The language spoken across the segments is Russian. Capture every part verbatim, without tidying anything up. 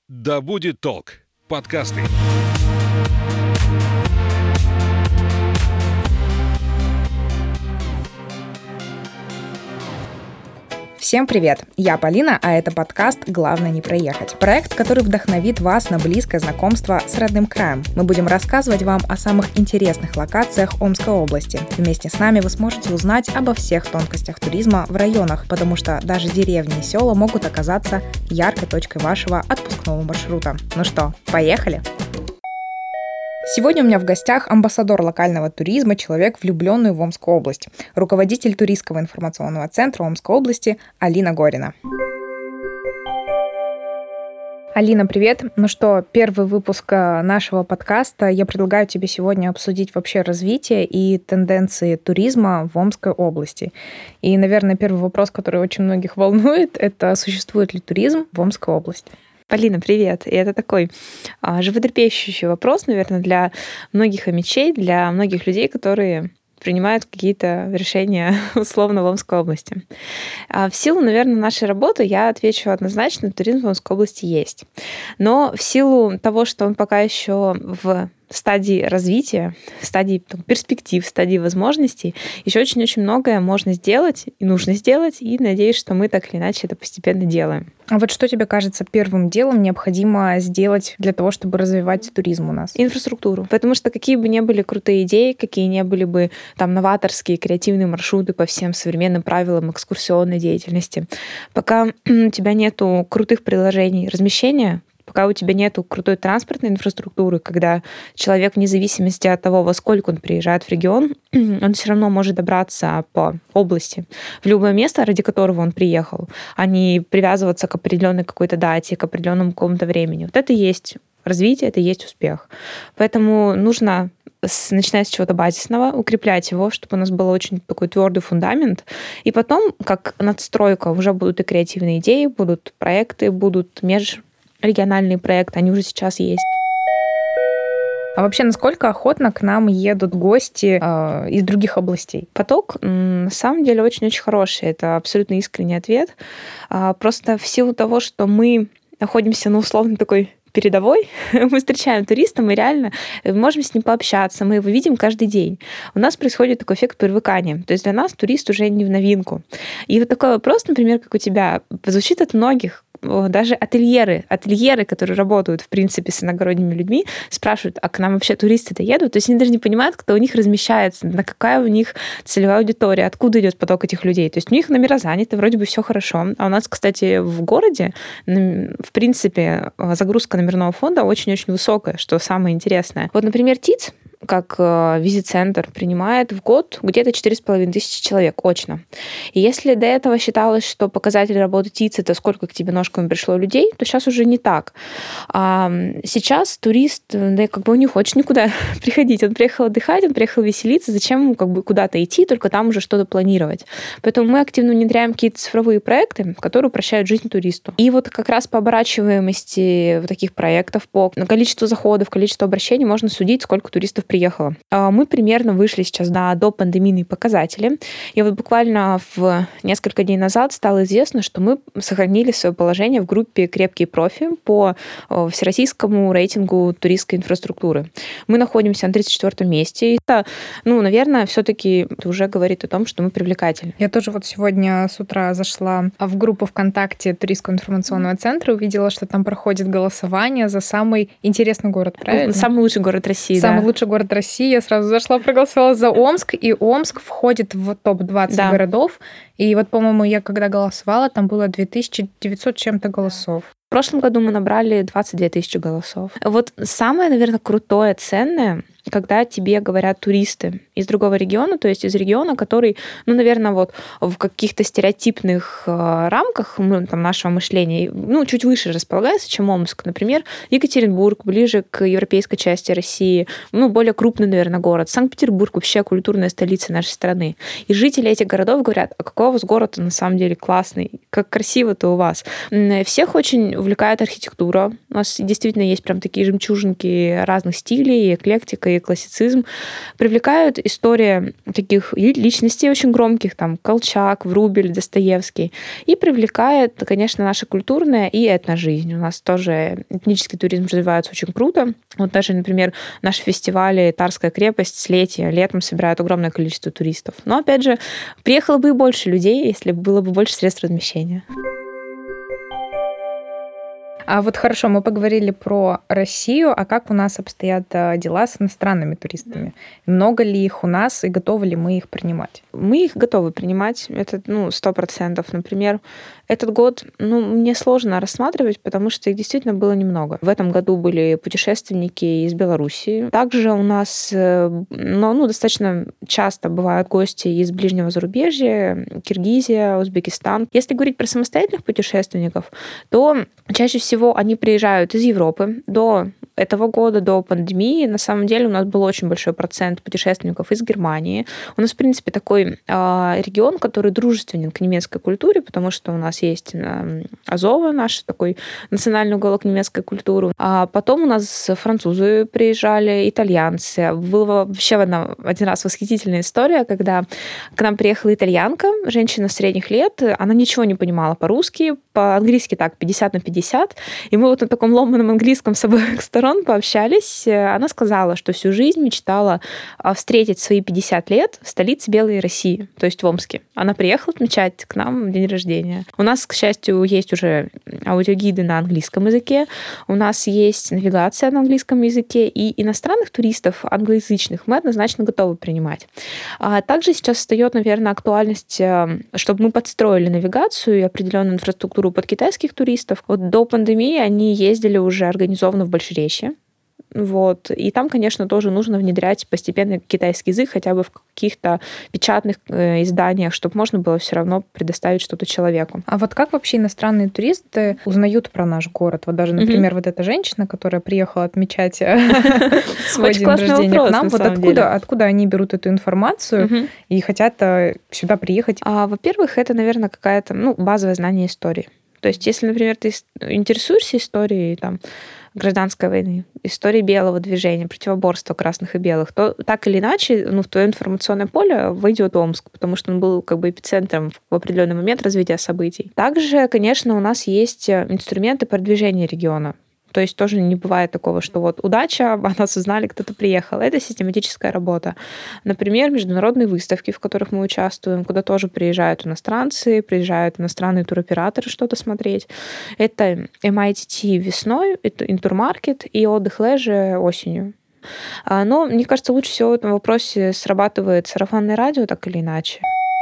Да будет толк. Подкасты. Всем привет! Я Полина, а это подкаст «Главное не проехать». Проект, который вдохновит вас на близкое знакомство с родным краем. Мы будем рассказывать вам о самых интересных локациях Омской области. Вместе с нами вы сможете узнать обо всех тонкостях туризма в районах, потому что даже деревни и села могут оказаться яркой точкой вашего отпускного маршрута. Ну что, поехали? Сегодня у меня в гостях амбассадор локального туризма, человек, влюбленный в Омскую область, руководитель туристского информационного центра Омской области Алина Горина. Алина, привет. Ну что, первый выпуск нашего подкаста. Я предлагаю тебе сегодня обсудить вообще развитие и тенденции туризма в Омской области. И, наверное, первый вопрос, который очень многих волнует, это существует ли туризм в Омской области? Полина, привет. И это такой а, животрепещущий вопрос, наверное, для многих омичей, для многих людей, которые принимают какие-то решения условно в Омской области. А в силу, наверное, нашей работы я отвечу однозначно, туризм в Омской области есть. Но в силу того, что он пока еще в стадии развития, в стадии там, перспектив, в стадии возможностей, еще очень-очень многое можно сделать и нужно сделать, и надеюсь, что мы так или иначе это постепенно делаем. А вот что тебе кажется первым делом необходимо сделать для того, чтобы развивать туризм у нас? Инфраструктуру. Потому что какие бы ни были крутые идеи, какие ни были бы там новаторские, креативные маршруты по всем современным правилам экскурсионной деятельности, пока у тебя нету крутых приложений размещения, пока у тебя нету крутой транспортной инфраструктуры, когда человек, вне зависимости от того, во сколько он приезжает в регион, он все равно может добраться по области в любое место, ради которого он приехал, а не привязываться к определенной какой-то дате, к определенному какому-то времени. Вот это и есть развитие, это и есть успех. Поэтому нужно начинать с чего-то базисного, укреплять его, чтобы у нас был очень такой твердый фундамент. И потом, как надстройка, уже будут и креативные идеи, будут проекты, будут меж региональные проекты, они уже сейчас есть. А вообще, насколько охотно к нам едут гости э, из других областей? Поток, на самом деле, очень-очень хороший. Это абсолютно искренний ответ. Просто в силу того, что мы находимся на условно такой передовой, мы встречаем туриста, мы реально можем с ним пообщаться, мы его видим каждый день. У нас происходит такой эффект привыкания. То есть для нас турист уже не в новинку. И вот такой вопрос, например, как у тебя, звучит от многих. Даже ательеры, ательеры, которые работают, в принципе, с иногородними людьми, спрашивают, а к нам вообще туристы-то едут? То есть они даже не понимают, кто у них размещается, на какая у них целевая аудитория, откуда идет поток этих людей. То есть у них номера заняты, вроде бы все хорошо. А у нас, кстати, в городе, в принципе, загрузка номерного фонда очень-очень высокая, что самое интересное. Вот, например, ТИЦ, как визит-центр, принимает в год где-то четыре с половиной тысячи человек очно. И если до этого считалось, что показатель работы ТИЦ — это сколько к тебе ножками пришло людей, то сейчас уже не так. А сейчас турист, да, как бы он не хочет никуда приходить. Он приехал отдыхать, он приехал веселиться. Зачем ему как бы куда-то идти, только там уже что-то планировать? Поэтому мы активно внедряем какие-то цифровые проекты, которые упрощают жизнь туристу. И вот как раз по оборачиваемости вот таких проектов, по количеству заходов, количеству обращений можно судить, сколько туристов приехало. Мы примерно вышли сейчас на допандемийные показатели. И вот буквально в несколько дней назад стало известно, что мы сохранили свое положение в группе «Крепкие профи» по всероссийскому рейтингу туристской инфраструктуры. Мы находимся на тридцать четвёртом месте. И это, ну, наверное, все-таки уже говорит о том, что мы привлекательны. Я тоже вот сегодня с утра зашла в группу ВКонтакте Туристского информационного центра, увидела, что там проходит голосование за самый интересный город, правильно? Самый лучший город России, Самый да. лучший город России. Я сразу зашла, проголосовала за Омск, и Омск входит в топ двадцать да. городов. И вот, по-моему, я когда голосовала, там было две тысячи девятьсот чем-то голосов. В прошлом году мы набрали двадцать две тысячи голосов. Вот самое, наверное, крутое, ценное, когда тебе говорят туристы из другого региона, то есть из региона, который, ну, наверное, вот в каких-то стереотипных э, рамках ну, там, нашего мышления, ну, чуть выше располагается, чем Омск. Например, Екатеринбург, ближе к европейской части России, ну, более крупный, наверное, город. Санкт-Петербург вообще культурная столица нашей страны. И жители этих городов говорят, а какой у вас город на самом деле классный, как красиво-то у вас. Всех очень увлекает архитектура. У нас действительно есть прям такие жемчужинки разных стилей, эклектика, истории, классицизм. Привлекают история таких личностей очень громких, там Колчак, Врубель, Достоевский. И привлекает, конечно, наша культурная и этножизнь. У нас тоже этнический туризм развивается очень круто. Вот даже, например, наши фестивали «Тарская крепость», «Слетие» летом собирают огромное количество туристов. Но, опять же, приехало бы и больше людей, если было бы больше средств размещения. А вот хорошо, мы поговорили про Россию, а как у нас обстоят дела с иностранными туристами? Много ли их у нас и готовы ли мы их принимать? Мы их готовы принимать, это ну, сто процентов. Например, этот год ну, мне сложно рассматривать, потому что их действительно было немного. В этом году были путешественники из Белоруссии. Также у нас ну, ну, достаточно часто бывают гости из ближнего зарубежья, Киргизия, Узбекистан. Если говорить про самостоятельных путешественников, то чаще всего они приезжают из Европы. До этого года, до пандемии, на самом деле у нас был очень большой процент путешественников из Германии. У нас, в принципе, такой э, регион, который дружественен к немецкой культуре, потому что у нас есть э, Азова, наш такой национальный уголок немецкой культуры. А потом у нас французы приезжали, итальянцы. Была вообще одна, один раз восхитительная история, когда к нам приехала итальянка, женщина средних лет, она ничего не понимала по-русски, по-английски так, пятьдесят на пятьдесят. И мы вот на таком ломаном английском с обоих сторон пообщались. Она сказала, что всю жизнь мечтала встретить свои пятьдесят лет в столице Белой России, то есть в Омске. Она приехала отмечать к нам день рождения. У нас, к счастью, есть уже аудиогиды на английском языке, у нас есть навигация на английском языке, и иностранных туристов англоязычных мы однозначно готовы принимать. А также сейчас встает, наверное, актуальность, чтобы мы подстроили навигацию и определенную инфраструктуру под китайских туристов. Вот до пандемии они ездили уже организованно в Большеречье. Вот. И там, конечно, тоже нужно внедрять постепенно китайский язык хотя бы в каких-то печатных э, изданиях, чтобы можно было все равно предоставить что-то человеку. А вот как вообще иностранные туристы узнают про наш город? Вот даже, например, вот эта женщина, которая приехала отмечать свой день рождения к нам, вот откуда, откуда они берут эту информацию и хотят сюда приехать? А, во-первых, это, наверное, какая-то ну, базовое знание истории. То есть, если, например, ты интересуешься историей там, гражданской войны, истории белого движения, противоборства красных и белых, то так или иначе ну, в твое информационное поле войдет Омск, потому что он был как бы эпицентром в определенный момент развития событий. Также, конечно, у нас есть инструменты продвижения региона. То есть тоже не бывает такого, что вот удача, о нас узнали, кто-то приехал. Это систематическая работа. Например, международные выставки, в которых мы участвуем, куда тоже приезжают иностранцы, приезжают иностранные туроператоры что-то смотреть. Это эм ай ти ти весной, это Интурмаркет и Отдых Леже осенью. Но, мне кажется, лучше всего в этом вопросе срабатывает сарафанное радио, так или иначе.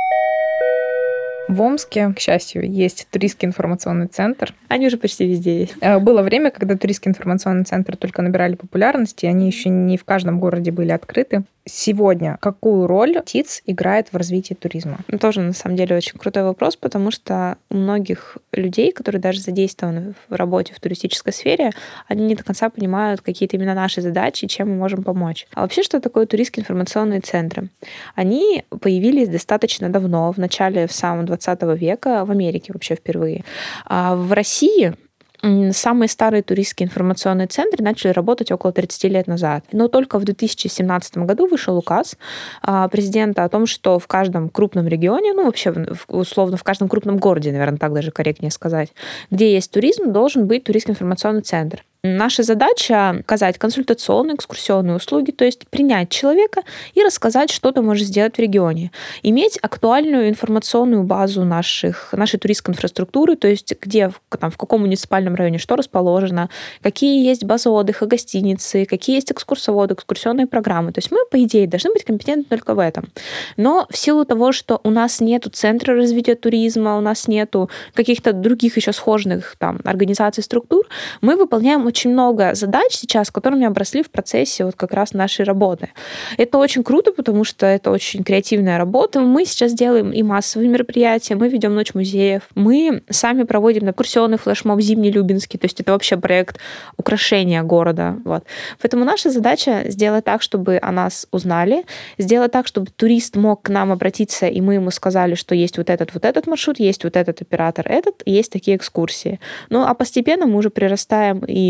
В Омске, к счастью, есть туристский информационный центр. Они уже почти везде есть. Было время, когда туристский информационный центр только набирали популярность, и они еще не в каждом городе были открыты. Сегодня какую роль ТИЦ играет в развитии туризма? Тоже, на самом деле, очень крутой вопрос, потому что у многих людей, которые даже задействованы в работе в туристической сфере, они не до конца понимают какие-то именно наши задачи, чем мы можем помочь. А вообще, что такое туристские информационные центры? Они появились достаточно давно, в начале в самого двадцатого века, в Америке вообще впервые. А в России самые старые туристские информационные центры начали работать около тридцать лет назад. Но только в две тысячи семнадцатом году вышел указ президента о том, что в каждом крупном регионе, ну вообще условно в каждом крупном городе, наверное, так даже корректнее сказать, где есть туризм, должен быть туристский информационный центр. Наша задача — оказать консультационные, экскурсионные услуги, то есть принять человека и рассказать, что ты можешь сделать в регионе. Иметь актуальную информационную базу наших, нашей туристской инфраструктуры, то есть где, там, в каком муниципальном районе что расположено, какие есть базы отдыха, гостиницы, какие есть экскурсоводы, экскурсионные программы. То есть мы, по идее, должны быть компетентны только в этом. Но в силу того, что у нас нету центра развития туризма, у нас нету каких-то других еще схожих там, организаций, структур, мы выполняем очень много задач сейчас, которыми обросли в процессе вот как раз нашей работы. Это очень круто, потому что это очень креативная работа. Мы сейчас делаем и массовые мероприятия, мы ведем Ночь музеев, мы сами проводим экскурсионный флешмоб «Зимний Любинский», то есть это вообще проект украшения города. Вот. Поэтому наша задача сделать так, чтобы о нас узнали, сделать так, чтобы турист мог к нам обратиться, и мы ему сказали, что есть вот этот, вот этот маршрут, есть вот этот оператор, этот, и есть такие экскурсии. Ну, а постепенно мы уже прирастаем и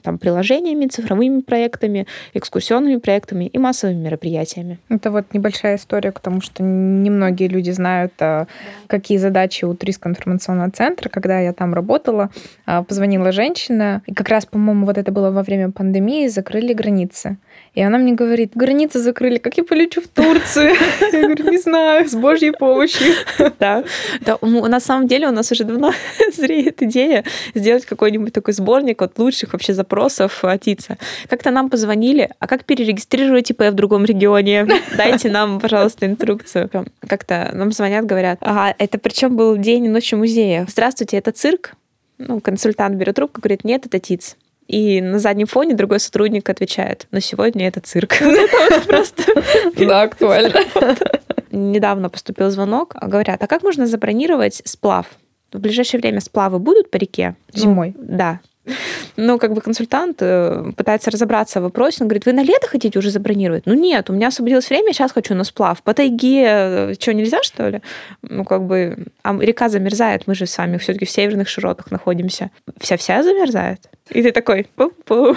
там, приложениями, цифровыми проектами, экскурсионными проектами и массовыми мероприятиями. Это вот небольшая история, потому что немногие люди знают, да. какие задачи у туристского информационного центра. Когда я там работала, позвонила женщина, и как раз, по-моему, вот это было во время пандемии, закрыли границы. И она мне говорит, границы закрыли, как я полечу в Турцию? Я говорю, не знаю, с Божьей помощью. Да, на самом деле у нас уже давно зреет идея сделать какой-нибудь такой сборник от лучших вообще запросов от ТИЦа. Как-то нам позвонили, а как перерегистрировать ИП в другом регионе? Дайте нам, пожалуйста, инструкцию. Как-то нам звонят, говорят, ага, это причем был день и ночь в музее. Здравствуйте, это цирк? Ну, консультант берет трубку, говорит, нет, это ТИЦ. И на заднем фоне другой сотрудник отвечает, но сегодня это цирк. Это просто... Да, актуально. Недавно поступил звонок, говорят, а как можно забронировать сплав? В ближайшее время сплавы будут по реке? Зимой? Ну, да. Ну, как бы консультант пытается разобраться в вопросе, он говорит, вы на лето хотите уже забронировать? Ну, нет, у меня освободилось время, сейчас хочу на сплав. По тайге что, нельзя, что ли? Ну, как бы, а река замерзает, мы же с вами все-таки в северных широтах находимся. Вся-вся замерзает? И ты такой, пу-пу.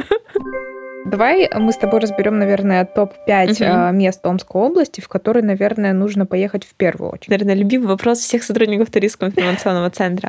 Давай мы с тобой разберем, наверное, топ пять uh-huh. мест Омской области, в которые, наверное, нужно поехать в первую очередь. Наверное, любимый вопрос всех сотрудников туристского информационного центра.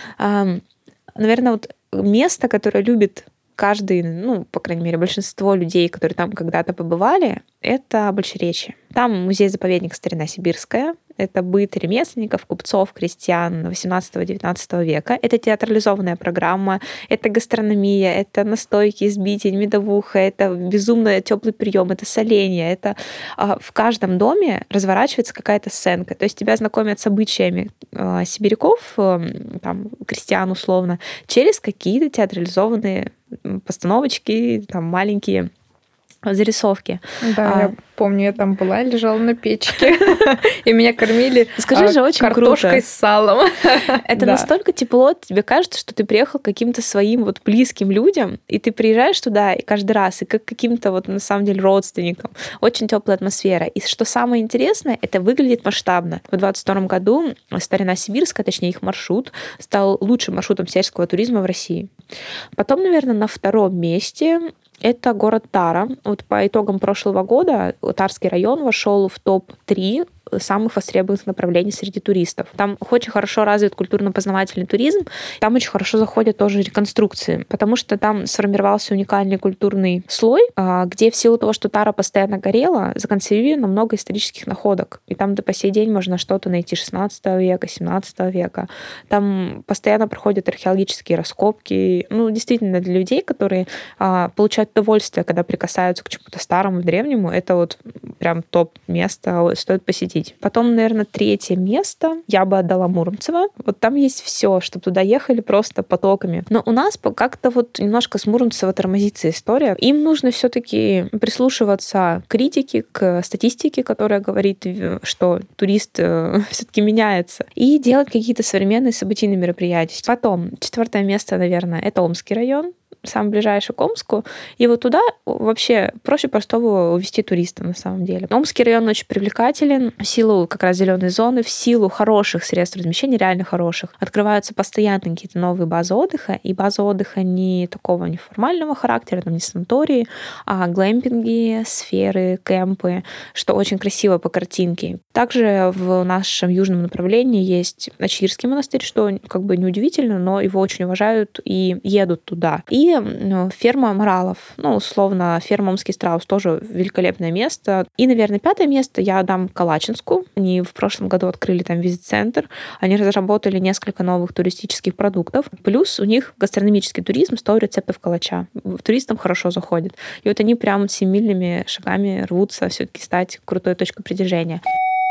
Наверное, вот место, которое любит каждый, ну, по крайней мере, большинство людей, которые там когда-то побывали, это Большеречье. Там музей-заповедник «Старина Сибирская». Это быт ремесленников, купцов, крестьян восемнадцатого-девятнадцатого века. Это театрализованная программа, это гастрономия, это настойки из битень, медовуха, это безумно теплый прием, это соленье. Это а, в каждом доме разворачивается какая-то сценка. То есть тебя знакомят с обычаями а, сибиряков, а, там, крестьян условно, через какие-то театрализованные постановочки, там, маленькие зарисовки. Да, а, я помню, я там была, лежала на печке, и меня кормили Скажи же, очень картошкой с салом. Это настолько тепло, тебе кажется, что ты приехал к каким-то своим вот близким людям, и ты приезжаешь туда и каждый раз, и как к каким-то вот на самом деле родственникам. Очень теплая атмосфера. И что самое интересное, это выглядит масштабно. В двадцать втором году Старина Сибирская, точнее их маршрут, стал лучшим маршрутом сельского туризма в России. Потом, наверное, на втором месте это город Тара. Вот по итогам прошлого года Тарский район вошел в топ три самых востребованных направлений среди туристов. Там очень хорошо развит культурно-познавательный туризм, там очень хорошо заходят тоже реконструкции, потому что там сформировался уникальный культурный слой, где в силу того, что Тара постоянно горела, законсервировано много исторических находок. И там до по сей день можно что-то найти шестнадцатого века, семнадцатого века. Там постоянно проходят археологические раскопки. Ну, действительно, для людей, которые получают удовольствие, когда прикасаются к чему-то старому, древнему, это вот прям топ-место, стоит посетить. Потом, наверное, третье место я бы отдала Муромцево. Вот там есть все, чтобы туда ехали просто потоками. Но у нас как-то вот немножко с Муромцево тормозится история. Им нужно все-таки прислушиваться к критике, к статистике, которая говорит, что турист все-таки меняется, и делать какие-то современные событийные мероприятия. Потом, четвертое место, наверное, это Омский район, самый ближайший к Омску, и вот туда вообще проще простого увезти туриста на самом деле. Омский район очень привлекателен в силу как раз зеленой зоны, в силу хороших средств размещения, реально хороших. Открываются постоянно какие-то новые базы отдыха, и базы отдыха не такого неформального характера, там не санатории, а глэмпинги, сферы, кемпы, что очень красиво по картинке. Также в нашем южном направлении есть Ачирский монастырь, что как бы неудивительно, но его очень уважают и едут туда. И ферма Моралов, ну, условно, ферма Омский страус, тоже великолепное место. И, наверное, пятое место я дам Калачинску. Они в прошлом году открыли там визит-центр. Они разработали несколько новых туристических продуктов. Плюс у них гастрономический туризм, сто рецептов калача. Туристам хорошо заходит. И вот они прям семимильными шагами рвутся все-таки стать крутой точкой притяжения.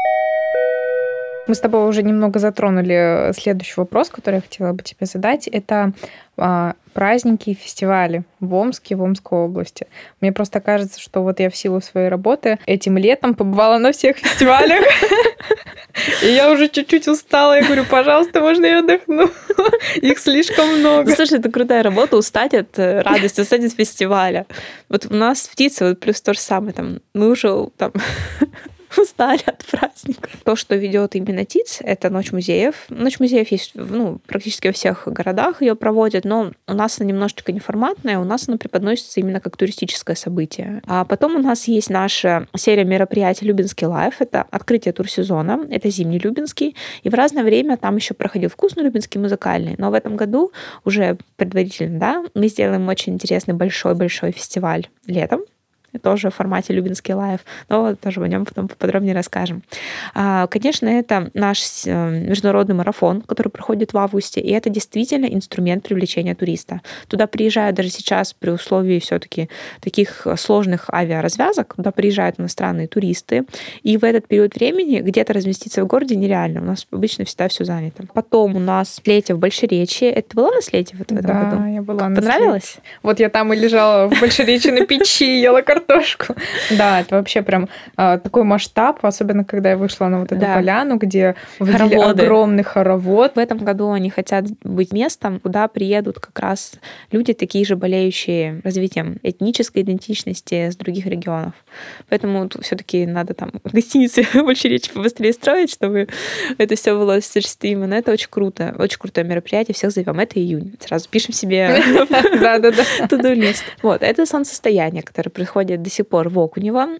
Мы с тобой уже немного затронули следующий вопрос, который я хотела бы тебе задать. Это а, праздники и фестивали в Омске, в Омской области. Мне просто кажется, что вот я в силу своей работы этим летом побывала на всех фестивалях. И я уже чуть-чуть устала. Я говорю, пожалуйста, можно я отдохну? Их слишком много. Ну, слушай, это крутая работа, устать от радости, устать от фестиваля. Вот у нас в ТИЦе вот плюс то же самое. Там, мы уже там... устали от праздника. То, что ведет именно ТИЦ, это Ночь музеев. Ночь музеев есть ну, практически во всех городах, ее проводят, но у нас она немножечко неформатная, у нас она преподносится именно как туристическое событие. А потом у нас есть наша серия мероприятий «Любинский лайф». Это открытие турсезона, это зимний Любинский. И в разное время там еще проходил «Вкусный Любинский», музыкальный. Но в этом году уже предварительно, да, мы сделаем очень интересный большой-большой фестиваль летом, тоже в формате «Любинский лайф», но тоже о нем потом поподробнее расскажем. Конечно, это наш международный марафон, который проходит в августе, и это действительно инструмент привлечения туриста. Туда приезжают даже сейчас при условии все-таки таких сложных авиаразвязок, туда приезжают иностранные туристы, и в этот период времени где-то разместиться в городе нереально. У нас обычно всегда все занято. Потом у нас Слетье в Большеречье. Это была на Слетье в этом да, году? Да, я была на Понравилось? Слетье. Вот я там и лежала в Большеречье на печи, ела картошку. Картошку. Да, это вообще прям а, такой масштаб, особенно когда я вышла на вот эту да. поляну, где водили огромный хоровод. В этом году они хотят быть местом, куда приедут как раз люди, такие же болеющие развитием этнической идентичности с других регионов. Поэтому все-таки надо там гостиницы в Большеречье побыстрее строить, чтобы это все было осуществимо. Но это очень круто, очень крутое мероприятие. Всех зовем. Это июнь. Сразу пишем себе to-do-лист. Вот, это солнцестояние, которое происходит до сих пор в Окунево.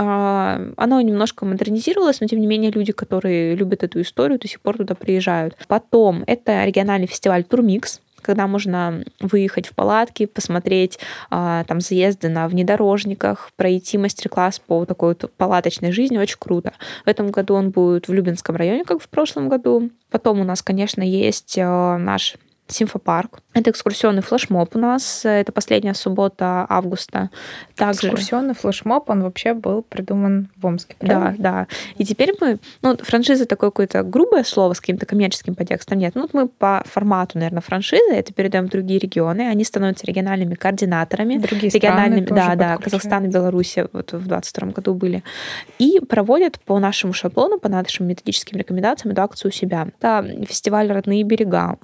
Оно немножко модернизировалось, но тем не менее люди, которые любят эту историю, до сих пор туда приезжают. Потом это региональный фестиваль «Турмикс», когда можно выехать в палатки, посмотреть там заезды на внедорожниках, пройти мастер-класс по такой вот палаточной жизни. Очень круто. В этом году он будет в Любинском районе, как в прошлом году. Потом у нас, конечно, есть наш Симфопарк. Это экскурсионный флешмоб у нас. Это последняя суббота августа. Также... Экскурсионный флешмоб, он вообще был придуман в Омске, правильно? Да, да. И теперь мы... Ну, франшиза такое какое-то грубое слово с каким-то коммерческим подтекстом нет. Ну, вот мы по формату, наверное, франшизы это передаем в другие регионы. Они становятся региональными координаторами. Другие региональными, страны да, да, Казахстан и Беларусь вот в двадцать втором году были. И проводят по нашему шаблону, по нашим методическим рекомендациям эту акцию у себя. Это фестиваль «Родные берега».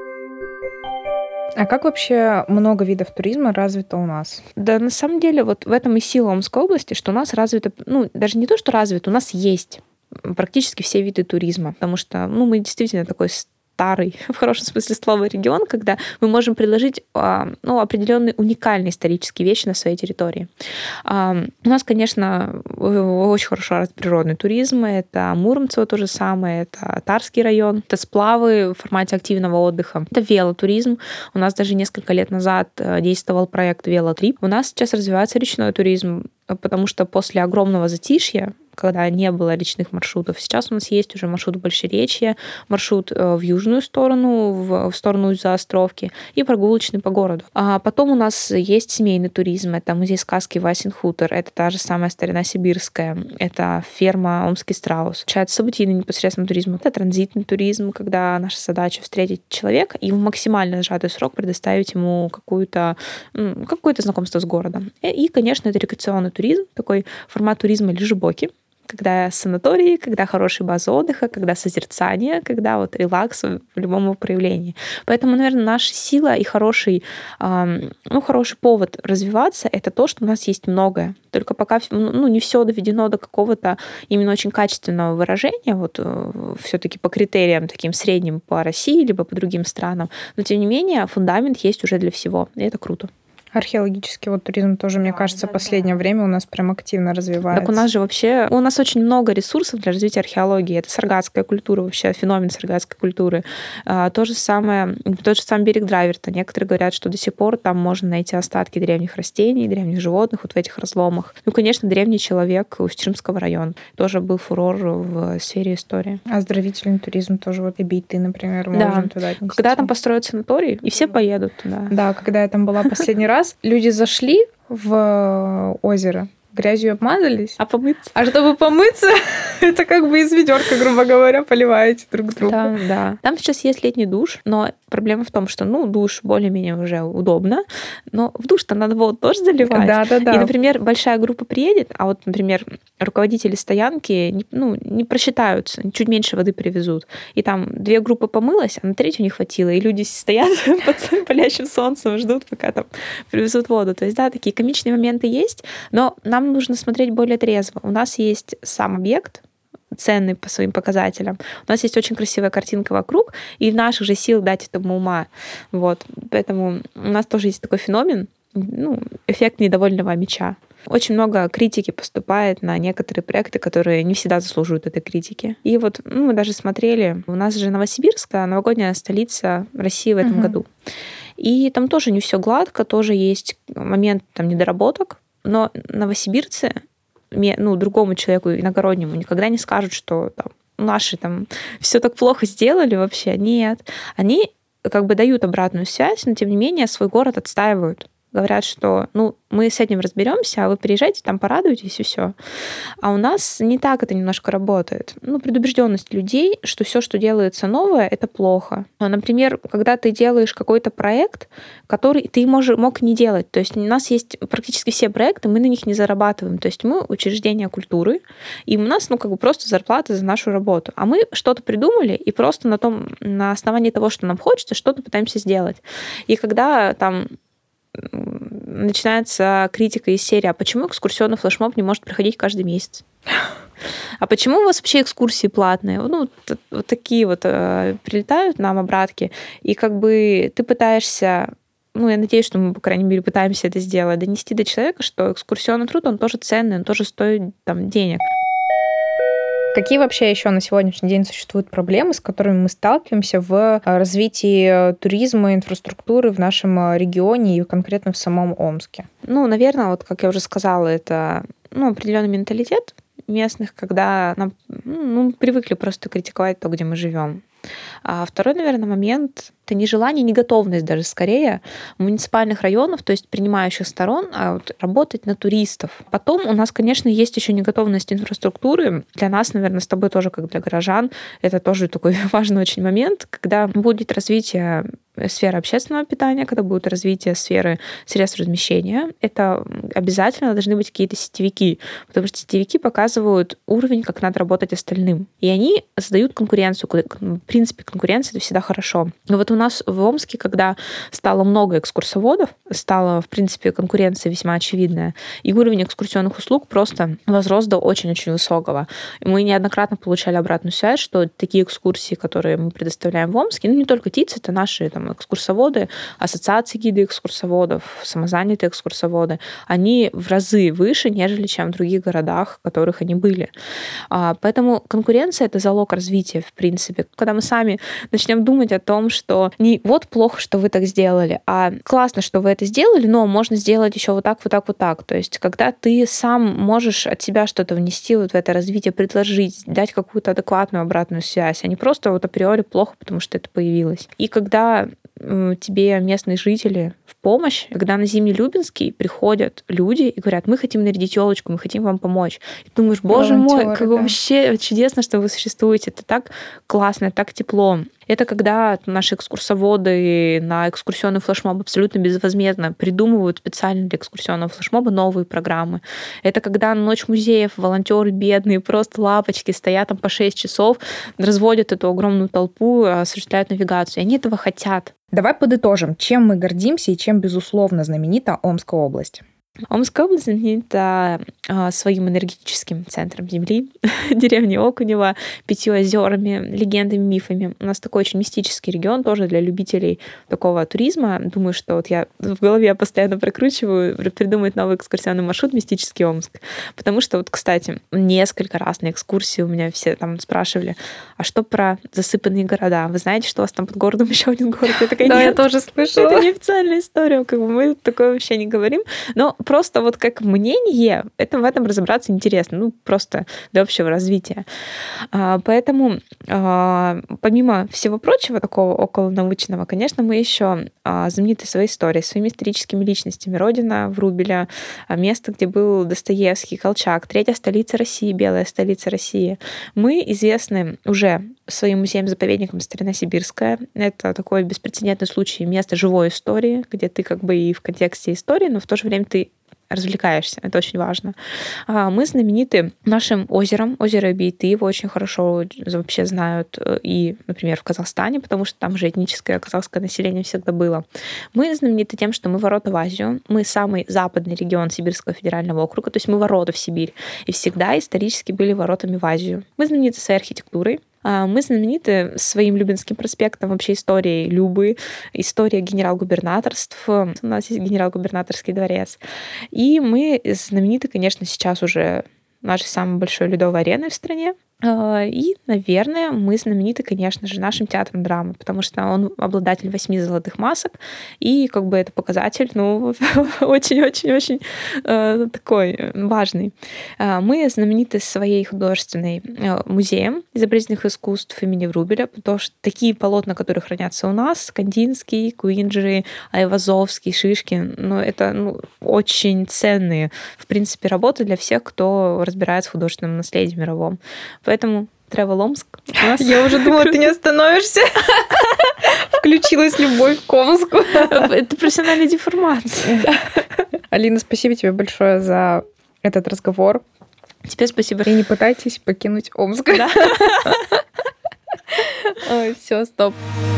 А как вообще много видов туризма развито у нас? Да, на самом деле, вот в этом и сила Омской области, что у нас развито, ну, даже не то, что развито, у нас есть практически все виды туризма, потому что, ну, мы действительно такой старый, в хорошем смысле слова, регион, когда мы можем предложить ну, определенные уникальные исторические вещи на своей территории. У нас, конечно, очень хорошо развит природный туризм. Это Муромцево то же самое, это Тарский район, это сплавы в формате активного отдыха, это велотуризм. У нас даже несколько лет назад действовал проект «Велотрип». У нас сейчас развивается речной туризм, потому что после огромного затишья, когда не было речных маршрутов, сейчас у нас есть уже маршрут в Большеречье, маршрут в южную сторону, в, в сторону Заостровки, и прогулочный по городу. А потом у нас есть семейный туризм, это музей сказки Васин хутор, это та же самая старина сибирская, это ферма Омский страус. Получается событийный непосредственно туризм, это транзитный туризм, когда наша задача встретить человека и в максимально сжатый срок предоставить ему какую-то, какое-то знакомство с городом. И, конечно, это рекреационный туризм, такой формат туризма лежебоки, когда санатории, когда хорошая база отдыха, когда созерцание, когда вот релакс в любом проявлении. Поэтому, наверное, наша сила и хороший, ну, хороший повод развиваться — это то, что у нас есть многое. Только пока ну, не все доведено до какого-то именно очень качественного выражения, вот все-таки по критериям таким средним по России либо по другим странам. Но, тем не менее, фундамент есть уже для всего, и это круто. Археологический вот туризм тоже, мне кажется, в последнее время у нас прям активно развивается. Так у нас же вообще... У нас очень много ресурсов для развития археологии. Это саргатская культура вообще, феномен саргатской культуры. А, то же самое, тот же самый берег Драверта. Некоторые говорят, что до сих пор там можно найти остатки древних растений, древних животных вот в этих разломах. Ну, конечно, древний человек Усть-Чирымского района. Тоже был фурор в сфере истории. Оздоровительный туризм тоже, вот Эбиты, например, да. можно туда отнести. Когда там построят санаторий, и все поедут туда. Да, когда я там была последний раз, люди зашли в озеро, грязью обмазались. А помыться? А чтобы помыться, это как бы из ведерка, грубо говоря, поливаете друг друга. Да, да. Там сейчас есть летний душ, но Проблема в том, что, ну, душ более-менее уже удобно, но в душ-то надо воду тоже заливать. Да, да, да. И, например, большая группа приедет, а вот, например, руководители стоянки ну, не просчитаются, чуть меньше воды привезут. И там две группы помылась, а на третью не хватило. И люди стоят под палящим солнцем, ждут, пока там привезут воду. То есть, да, такие комичные моменты есть, но нам нужно смотреть более трезво. У нас есть сам объект, ценный по своим показателям. У нас есть очень красивая картинка вокруг, и в наших же силах дать этому ума. Вот. Поэтому у нас тоже есть такой феномен, ну, эффект недовольного мяча. Очень много критики поступает на некоторые проекты, которые не всегда заслуживают этой критики. И вот ну, мы даже смотрели, у нас же Новосибирск, новогодняя столица России в этом угу. году. И там тоже не все гладко, тоже есть момент там, недоработок, но новосибирцы ну, другому человеку иногороднему никогда не скажут, что там, наши там все так плохо сделали вообще. Нет. Они как бы дают обратную связь, но тем не менее свой город отстаивают. Говорят, что ну, мы с этим разберемся, а вы приезжайте, там порадуйтесь и все. А у нас не так это немножко работает. Ну, предубежденность людей, что все, что делается новое, это плохо. Например, когда ты делаешь какой-то проект, который ты мож, мог не делать. То есть у нас есть практически все проекты, мы на них не зарабатываем. То есть мы учреждение культуры, и у нас ну, как бы просто зарплата за нашу работу. А мы что-то придумали, и просто на, том, на основании того, что нам хочется, что-то пытаемся сделать. И когда там начинается критика из серии, а почему экскурсионный флешмоб не может проходить каждый месяц? А почему у вас вообще экскурсии платные? Ну, вот такие вот э, прилетают нам обратки, и как бы ты пытаешься, ну, я надеюсь, что мы, по крайней мере, пытаемся это сделать, донести до человека, что экскурсионный труд, он тоже ценный, он тоже стоит там денег. Какие вообще еще на сегодняшний день существуют проблемы, с которыми мы сталкиваемся в развитии туризма, инфраструктуры в нашем регионе и конкретно в самом Омске? Ну, наверное, вот как я уже сказала, это ну, определенный менталитет местных, когда нам ну, привыкли просто критиковать то, где мы живем. А второй, наверное, момент — это нежелание, неготовность даже скорее муниципальных районов, то есть принимающих сторон, а вот работать на туристов. Потом у нас, конечно, есть еще неготовность инфраструктуры. Для нас, наверное, с тобой тоже, как для горожан, это тоже такой важный очень момент, когда будет развитие сферы общественного питания, когда будет развитие сферы средств размещения, это обязательно должны быть какие-то сетевики, потому что сетевики показывают уровень, как надо работать остальным. И они создают конкуренцию. В принципе, конкуренция — это всегда хорошо. Но вот у нас в Омске, когда стало много экскурсоводов, стала, в принципе, конкуренция весьма очевидная, и уровень экскурсионных услуг просто возрос до очень-очень высокого. И мы неоднократно получали обратную связь, что такие экскурсии, которые мы предоставляем в Омске, ну, не только ТИЦ, это наши там, экскурсоводы, ассоциации гиды экскурсоводов, самозанятые экскурсоводы, они в разы выше, нежели чем в других городах, в которых они были. Поэтому конкуренция — это залог развития, в принципе. Когда мы сами начнем думать о том, что не вот плохо, что вы так сделали, а классно, что вы это сделали, но можно сделать еще вот так, вот так, вот так. То есть когда ты сам можешь от себя что-то внести вот в это развитие, предложить, дать какую-то адекватную обратную связь, а не просто вот априори плохо, потому что это появилось. И когда тебе местные жители в помощь, когда на Зимнелюбинский приходят люди и говорят, мы хотим нарядить елочку, мы хотим вам помочь. И ты думаешь, боже Волонтёры, мой, как да. вообще чудесно, что вы существуете. Это так классно, так тепло. Это когда наши экскурсоводы на экскурсионный флешмоб абсолютно безвозмездно придумывают специально для экскурсионного флешмоба новые программы. Это когда на Ночь музеев волонтеры бедные, просто лапочки, стоят там по шесть часов, разводят эту огромную толпу, осуществляют навигацию. И они этого хотят. Давай подытожим, чем мы гордимся и чем, безусловно, знаменита Омская область. Омская область знаменита своим энергетическим центром Земли, деревней Окунева, пятью озерами, легендами, мифами. У нас такой очень мистический регион, тоже для любителей такого туризма. Думаю, что вот я в голове постоянно прокручиваю, придумать новый экскурсионный маршрут «Мистический Омск». Потому что вот, кстати, несколько раз на экскурсии у меня все там спрашивали, а что про засыпанные города? Вы знаете, что у вас там под городом еще один город? Я такая, Да, нет, я тоже слышала. это неофициальная история, как бы мы такое вообще не говорим. Но просто вот как мнение, это в этом разобраться интересно, ну, просто для общего развития. Поэтому, помимо всего прочего такого околонаучного, конечно, мы еще знамениты своей историей, своими историческими личностями. Родина Врубеля, место, где был Достоевский, Колчак, третья столица России, белая столица России. Мы известны уже своим музеем-заповедником «Старина Сибирская». Это такой беспрецедентный случай места живой истории, где ты как бы и в контексте истории, но в то же время ты развлекаешься. Это очень важно. Мы знамениты нашим озером. Озеро Бейты. Его очень хорошо вообще знают и, например, в Казахстане, потому что там же этническое казахское население всегда было. Мы знамениты тем, что мы ворота в Азию. Мы самый западный регион Сибирского федерального округа, то есть мы ворота в Сибирь. И всегда исторически были воротами в Азию. Мы знамениты своей архитектурой. Мы знамениты своим Любинским проспектом, вообще историей Любы, история генерал-губернаторств. У нас есть генерал-губернаторский дворец. И мы знамениты, конечно, сейчас уже нашей самой большой ледовой ареной в стране. И, наверное, мы знамениты, конечно же, нашим театром драмы, потому что он обладатель восьми золотых масок, и как бы это показатель, ну, очень-очень-очень такой важный. Мы знамениты своей художественной музеем изобразительных искусств имени Врубеля, потому что такие полотна, которые хранятся у нас, Кандинский, Куинджи, Айвазовский, Шишкин, ну, это ну, очень ценные, в принципе, работы для всех, кто разбирается в художественном наследии мировом. Поэтому Travel Омск. Нас... Я уже думала, ты не остановишься. Включилась любовь к Омску. Это профессиональная деформация. Алина, спасибо тебе большое за этот разговор. Тебе спасибо. И не пытайтесь покинуть Омск. Да. Ой, все, стоп.